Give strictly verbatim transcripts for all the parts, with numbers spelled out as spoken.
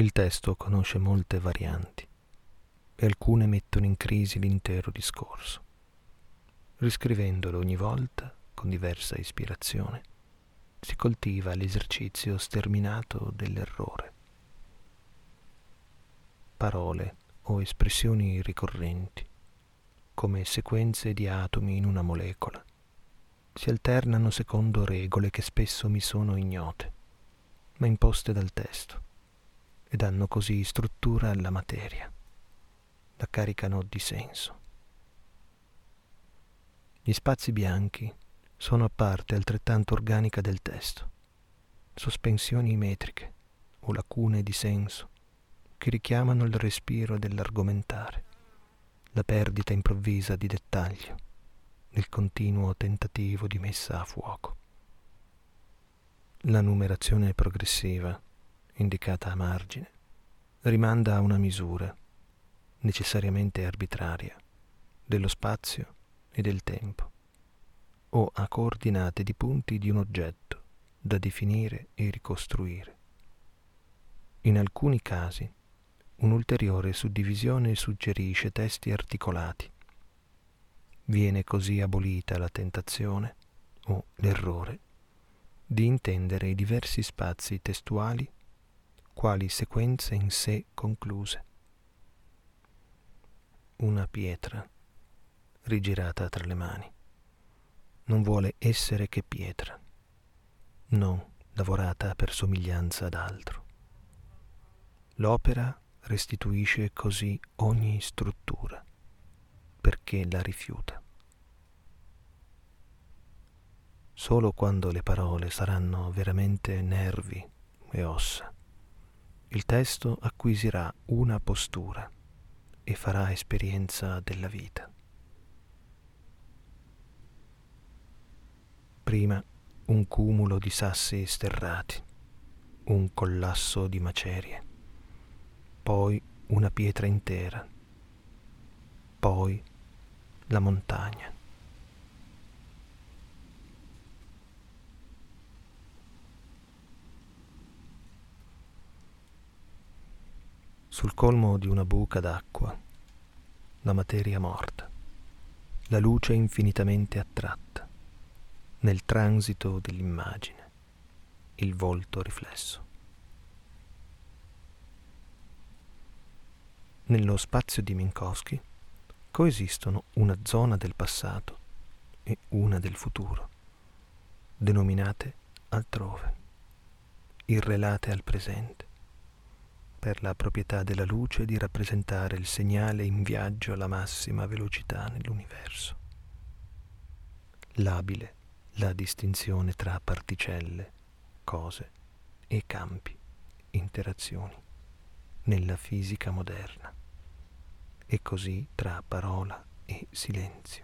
Il testo conosce molte varianti e alcune mettono in crisi l'intero discorso. Riscrivendolo ogni volta con diversa ispirazione, si coltiva l'esercizio sterminato dell'errore. Parole o espressioni ricorrenti, come sequenze di atomi in una molecola, si alternano secondo regole che spesso mi sono ignote, ma imposte dal testo, e danno così struttura alla materia, la caricano di senso. Gli spazi bianchi sono a parte altrettanto organica del testo, sospensioni metriche o lacune di senso che richiamano il respiro dell'argomentare, la perdita improvvisa di dettaglio, nel continuo tentativo di messa a fuoco. La numerazione progressiva, indicata a margine, rimanda a una misura, necessariamente arbitraria, dello spazio e del tempo, o a coordinate di punti di un oggetto da definire e ricostruire. In alcuni casi, un'ulteriore suddivisione suggerisce testi articolati. Viene così abolita la tentazione, o l'errore, di intendere i diversi spazi testuali quali sequenze in sé concluse. Una pietra, rigirata tra le mani, non vuole essere che pietra, non lavorata per somiglianza ad altro. L'opera restituisce così ogni struttura, perché la rifiuta. Solo quando le parole saranno veramente nervi e ossa, il testo acquisirà una postura e farà esperienza della vita. Prima un cumulo di sassi sterrati, un collasso di macerie, poi una pietra intera, poi la montagna. Sul colmo di una buca d'acqua, la materia morta, la luce infinitamente attratta, nel transito dell'immagine, il volto riflesso. Nello spazio di Minkowski coesistono una zona del passato e una del futuro, denominate altrove, irrelate al presente, per la proprietà della luce di rappresentare il segnale in viaggio alla massima velocità nell'universo. Labile la distinzione tra particelle, cose e campi, interazioni, nella fisica moderna, e così tra parola e silenzio.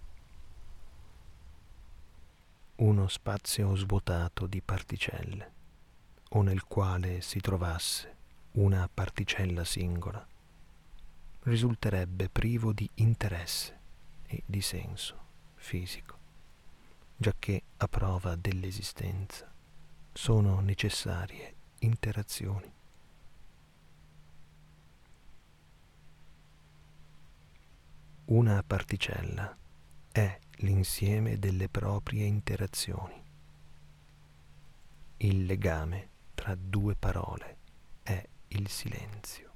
Uno spazio svuotato di particelle, o nel quale si trovasse una particella singola, risulterebbe privo di interesse e di senso fisico, giacché a prova dell'esistenza sono necessarie interazioni. Una particella è l'insieme delle proprie interazioni. Il legame tra due parole è il silenzio.